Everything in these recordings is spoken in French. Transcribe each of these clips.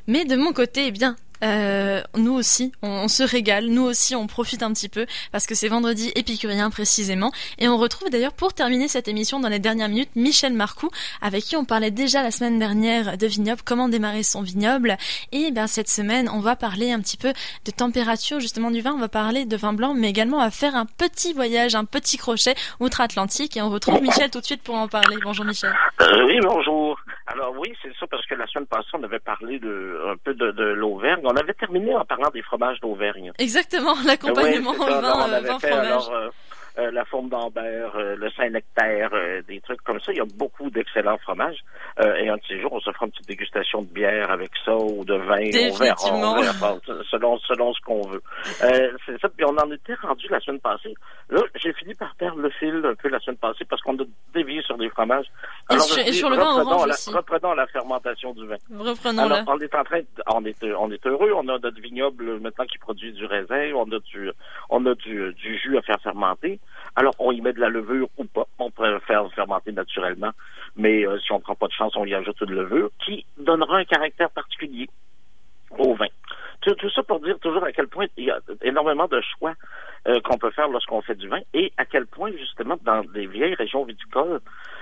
Mais de mon côté, eh bien, nous aussi, on se régale, nous aussi on profite un petit peu parce que c'est vendredi épicurien précisément et on retrouve d'ailleurs pour terminer cette émission dans les dernières minutes Michel Marcoux avec qui on parlait déjà la semaine dernière de vignoble, comment démarrer son vignoble et bien cette semaine on va parler un petit peu de température justement du vin, on va parler de vin blanc mais également on va faire un petit voyage, un petit crochet outre-Atlantique et on retrouve Michel tout de suite pour en parler. Bonjour Michel. Oui, bonjour. Alors oui, c'est ça, parce que la semaine passée, on avait parlé un peu de l'Auvergne. On avait terminé en parlant des fromages d'Auvergne. Exactement, l'accompagnement Oui, vin, on avait vin fait fromage. alors la Fourme d'Ambert, le Saint-Nectaire, des trucs comme ça. Il y a beaucoup d'excellents fromages. Et un de ces jours, on se fera une petite dégustation de bière avec ça ou de vin. Définitivement. On verra selon ce qu'on veut. C'est ça. Puis on en était rendu la semaine passée. Là, j'ai fini par perdre le fil un peu la semaine passée parce qu'on a dévié sur des fromages. Alors, et sur le vin orange aussi. Reprenons la fermentation du vin. Reprenons-la. Alors, on est heureux. On a notre vignoble maintenant qui produit du raisin. On a du jus à faire fermenter. Alors, on y met de la levure ou pas. On peut faire fermenter naturellement. Mais si on prend pas de chance, on y ajoute une levure qui donnera un caractère particulier au vin. Tout ça pour dire toujours à quel point il y a énormément de choix qu'on peut faire lorsqu'on fait du vin et à quel point, justement, dans des vieilles régions vinicoles,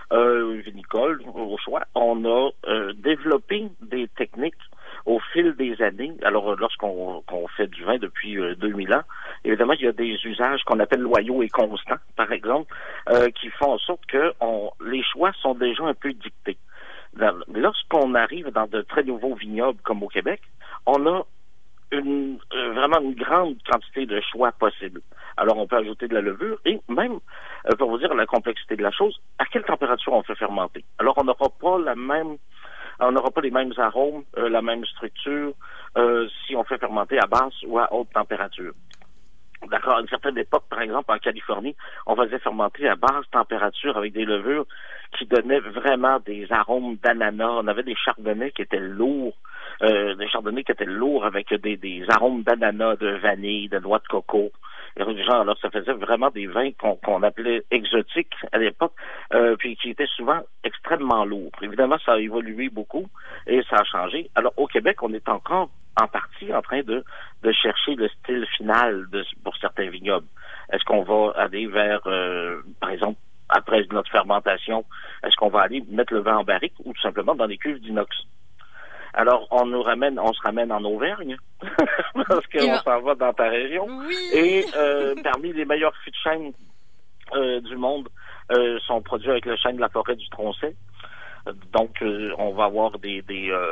au choix, on a développé des techniques au fil des années. Alors, lorsqu'on fait du vin depuis 2000 ans, évidemment, il y a des usages qu'on appelle loyaux et constants, par exemple, qui font en sorte que les choix sont déjà un peu dictés. Lorsqu'on arrive dans de très nouveaux vignobles comme au Québec, on a vraiment une grande quantité de choix possibles. Alors, on peut ajouter de la levure et même, pour vous dire la complexité de la chose, à quelle température on fait fermenter. Alors, on n'aura pas les mêmes arômes, la même structure, si on fait fermenter à basse ou à haute température. D'accord, à une certaine époque, par exemple, en Californie, on faisait fermenter à basse température avec des levures qui donnaient vraiment des arômes d'ananas. On avait des chardonnays qui étaient lourds, avec des arômes d'ananas, de vanille, de noix de coco. Et genre, alors, ça faisait vraiment des vins qu'on appelait exotiques à l'époque, puis qui étaient souvent extrêmement lourds. Évidemment, ça a évolué beaucoup et ça a changé. Alors, au Québec, on est encore en partie en train de chercher le style final pour certains vignobles. Est-ce qu'on va aller vers, par exemple, après notre fermentation, est-ce qu'on va aller mettre le vin en barrique ou tout simplement dans des cuves d'inox? Alors, on se ramène en Auvergne, parce qu'on s'en va dans ta région. Oui. Et parmi les meilleurs fûts de chêne du monde sont produits avec le chêne de la forêt du Tronchet. Donc, on va avoir du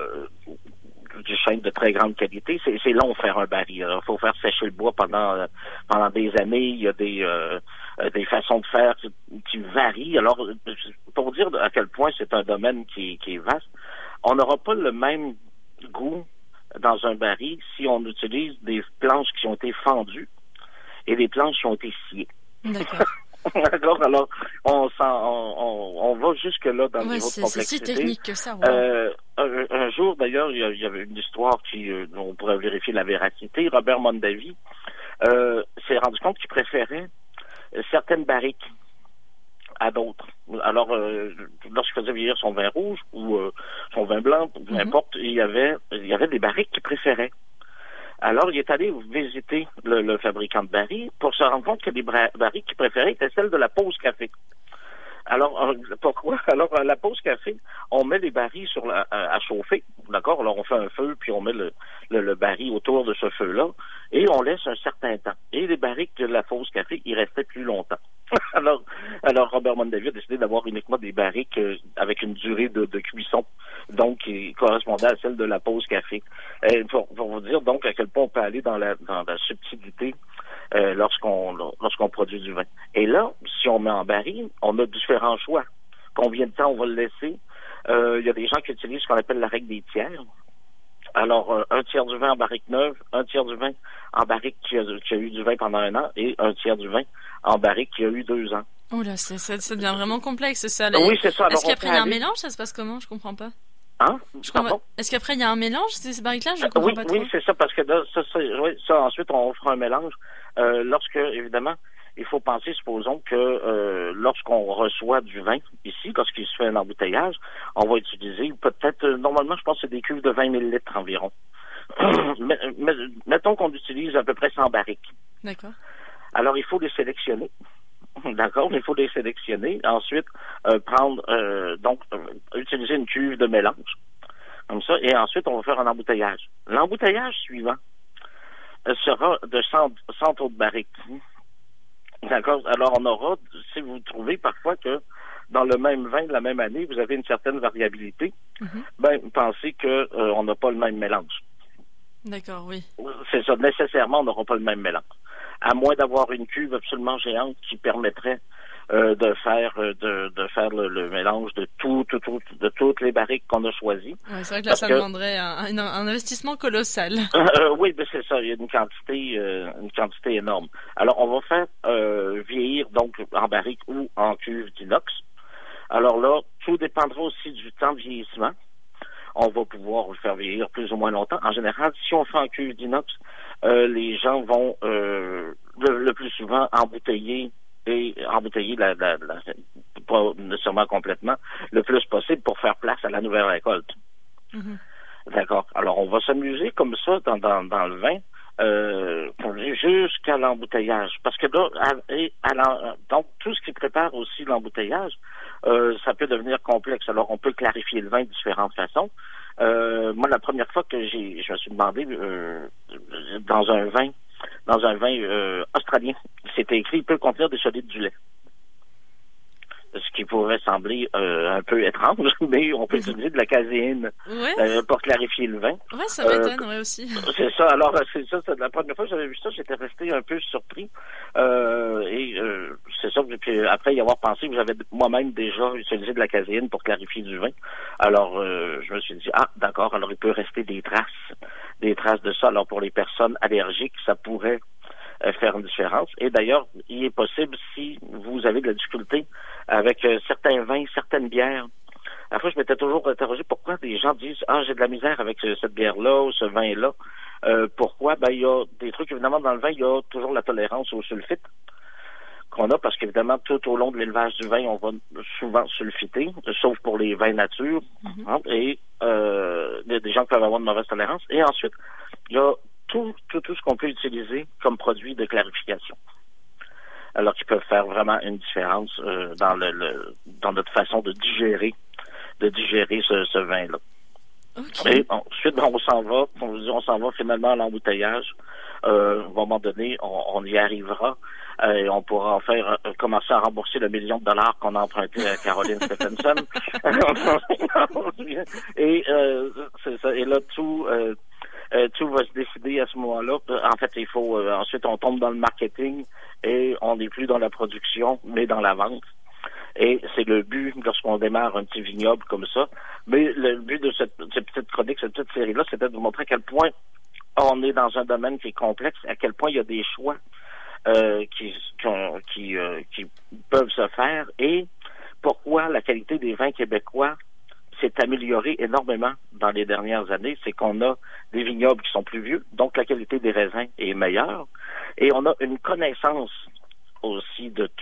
chêne de très grande qualité. C'est long faire un baril. Il faut faire sécher le bois pendant des années. Il y a des façons de faire qui varient. Alors, pour dire à quel point c'est un domaine qui est vaste, on n'aura pas le même goût dans un baril si on utilise des planches qui ont été fendues et des planches qui ont été sciées. D'accord. D'accord, alors on va jusque-là dans le niveau de complexité. C'est si technique que ça. Ouais. Un jour, d'ailleurs, il y avait une histoire on pourrait vérifier la véracité. Robert Mondavi s'est rendu compte qu'il préférait certaines barriques à d'autres. Alors, lorsqu'il faisait vieillir son vin rouge ou son vin blanc, peu importe, il y avait des barriques qu'il préférait. Alors, il est allé visiter le fabricant de barils pour se rendre compte que les barils qu'il préférait étaient celles de la pause café. Alors, pourquoi? Alors, à la pause café, on met les barils à chauffer, d'accord? Alors, on fait un feu, puis on met le baril autour de ce feu-là, et on laisse un certain temps. Et les barils de la pause café, ils restaient plus longtemps. alors, Robert Mondavi a décidé d'avoir uniquement des barriques avec une durée de cuisson, donc qui correspondait à celle de la pause café. Pour vous dire donc à quel point on peut aller dans la subtilité lorsqu'on produit du vin. Et là, si on met en baril, on a différents choix. Combien de temps on va le laisser? Il y a des gens qui utilisent ce qu'on appelle la règle des tiers. Alors, un tiers du vin en barrique neuve, un tiers du vin en barrique qui a eu du vin pendant 1 an et un tiers du vin en barrique qui a eu 2 ans. Oh là, ça devient vraiment complexe, ça. Oui, c'est ça. Est-ce qu'après, il y a un mélange? Ça se passe comment? Je comprends pas. Hein? Est-ce qu'après, il y a un mélange, ces barriques-là? Je comprends pas trop. Oui, c'est ça, parce que là, ça, ensuite, on fera un mélange. Lorsque, évidemment, il faut penser, supposons que lorsqu'on reçoit du vin ici, lorsqu'il se fait un embouteillage, on va utiliser peut-être, normalement, je pense que c'est des cuves de 20 000 litres environ. Mettons qu'on utilise à peu près 100 barriques. D'accord. Alors, il faut les sélectionner. D'accord, il faut les sélectionner. Ensuite, utiliser une cuve de mélange, comme ça, et ensuite, on va faire un embouteillage. L'embouteillage suivant sera de 100 taux de barrique. D'accord? Alors, on aura, si vous trouvez parfois que dans le même vin de la même année, vous avez une certaine variabilité, pensez que on n'a pas le même mélange. D'accord, oui. C'est ça, nécessairement, on n'aura pas le même mélange. À moins d'avoir une cuve absolument géante qui permettrait de faire le mélange de toutes les barriques qu'on a choisies. Ouais, c'est vrai que là, ça demanderait un investissement colossal. Oui, mais c'est ça, il y a une quantité énorme. Alors, on va faire vieillir donc en barrique ou en cuve d'inox. Alors là, tout dépendra aussi du temps de vieillissement. On va pouvoir le faire vieillir plus ou moins longtemps. En général, si on fait en cuve d'inox, les gens vont le plus souvent embouteiller pas nécessairement complètement, le plus possible pour faire place à la nouvelle récolte. D'accord. Alors, on va s'amuser comme ça dans le vin jusqu'à l'embouteillage. Parce que là, donc, tout ce qui prépare aussi l'embouteillage, ça peut devenir complexe. Alors, on peut clarifier le vin de différentes façons. Moi, la première fois que je me suis demandé dans un vin australien, c'était écrit il peut contenir des solides du lait. Ce qui pourrait sembler un peu étrange, mais on peut utiliser de la caséine pour clarifier le vin. Ouais, ça m'étonne, aussi. C'est ça. Alors, c'est la première fois que j'avais vu ça, j'étais resté un peu surpris. C'est ça. Puis après y avoir pensé que j'avais moi-même déjà utilisé de la caséine pour clarifier du vin. Alors, je me suis dit, d'accord, alors il peut rester des traces de ça. Alors, pour les personnes allergiques, ça pourrait faire une différence. Et d'ailleurs, il est possible, si vous avez de la difficulté avec certains vins, certaines bières. Après, je m'étais toujours interrogé pourquoi des gens disent j'ai de la misère avec cette bière-là ou ce vin-là. Pourquoi? Il y a des trucs, évidemment, dans le vin, il y a toujours la tolérance au sulfite qu'on a, parce qu'évidemment, tout au long de l'élevage du vin, on va souvent sulfiter, sauf pour les vins nature. Et il y a des gens qui peuvent avoir de mauvaise tolérance. Et ensuite, il y a tout ce qu'on peut utiliser comme produit de clarification. Alors qui peuvent faire vraiment une différence dans notre façon de digérer ce vin-là. Okay. Et ensuite, on s'en va finalement à l'embouteillage. À un moment donné, on y arrivera. Et on pourra commencer à rembourser le $1 million qu'on a emprunté à Caroline Stephenson. Et c'est ça. Et là, tout va se décider à ce moment-là. En fait, il faut ensuite on tombe dans le marketing et on n'est plus dans la production, mais dans la vente. Et c'est le but lorsqu'on démarre un petit vignoble comme ça. Mais le but de cette petite chronique, cette petite série-là, c'était de vous montrer à quel point on est dans un domaine qui est complexe, à quel point il y a des choix qui peuvent se faire et pourquoi la qualité des vins québécois s'est améliorée énormément dans les dernières années. C'est qu'on a des vignobles qui sont plus vieux, donc la qualité des raisins est meilleure et on a une connaissance aussi de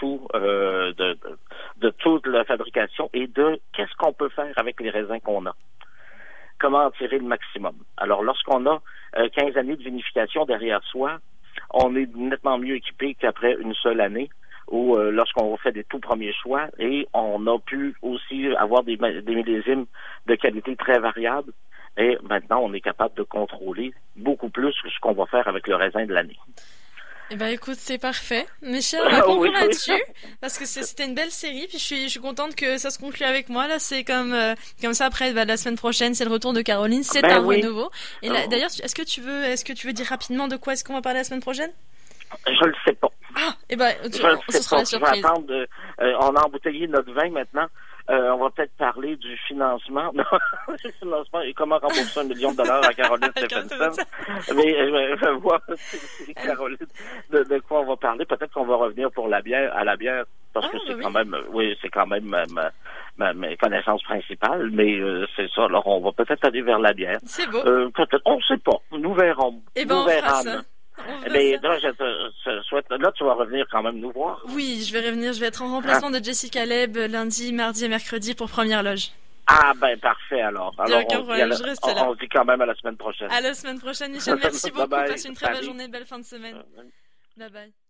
toute la fabrication et de qu'est-ce qu'on peut faire avec les raisins qu'on a. Comment en tirer le maximum. Alors, lorsqu'on a 15 années de vinification derrière soi, on est nettement mieux équipé qu'après une seule année ou lorsqu'on fait des tout premiers choix et on a pu aussi avoir des millésimes de qualité très variables et maintenant, on est capable de contrôler beaucoup plus ce qu'on va faire avec le raisin de l'année. Eh ben écoute, c'est parfait. Michel, on va conclure là-dessus parce que c'était une belle série. Puis je suis contente que ça se conclue avec moi. Là, c'est comme ça. Après, la semaine prochaine, c'est le retour de Caroline. C'est un renouveau. Et là, d'ailleurs, est-ce que tu veux dire rapidement de quoi est-ce qu'on va parler la semaine prochaine? Je le sais pas. Eh ben, ce sera la surprise. Je vais attendre. On a embouteillé notre vin maintenant. On va peut-être parler du financement. Du financement et comment rembourser $1 million à Caroline Stephenson. Mais je vais voir, Caroline, de quoi on va parler. Peut-être qu'on va revenir pour la bière, parce que c'est quand même ma connaissance principale, mais c'est ça. Alors, on va peut-être aller vers la bière. C'est beau. Peut-être, on ne sait pas. Nous verrons. Eh ben, on fera ça. Mais là, je te souhaite là, tu vas revenir quand même nous voir. Oui, je vais revenir. Je vais être en remplacement de Jessica Leb lundi, mardi et mercredi pour première loge. Ah ben parfait alors. Alors je reste là. On se dit quand même à la semaine prochaine. À la semaine prochaine, Michel. Merci beaucoup. Bye bye. Passe une très belle Salut. journée, belle fin de semaine. Bye bye.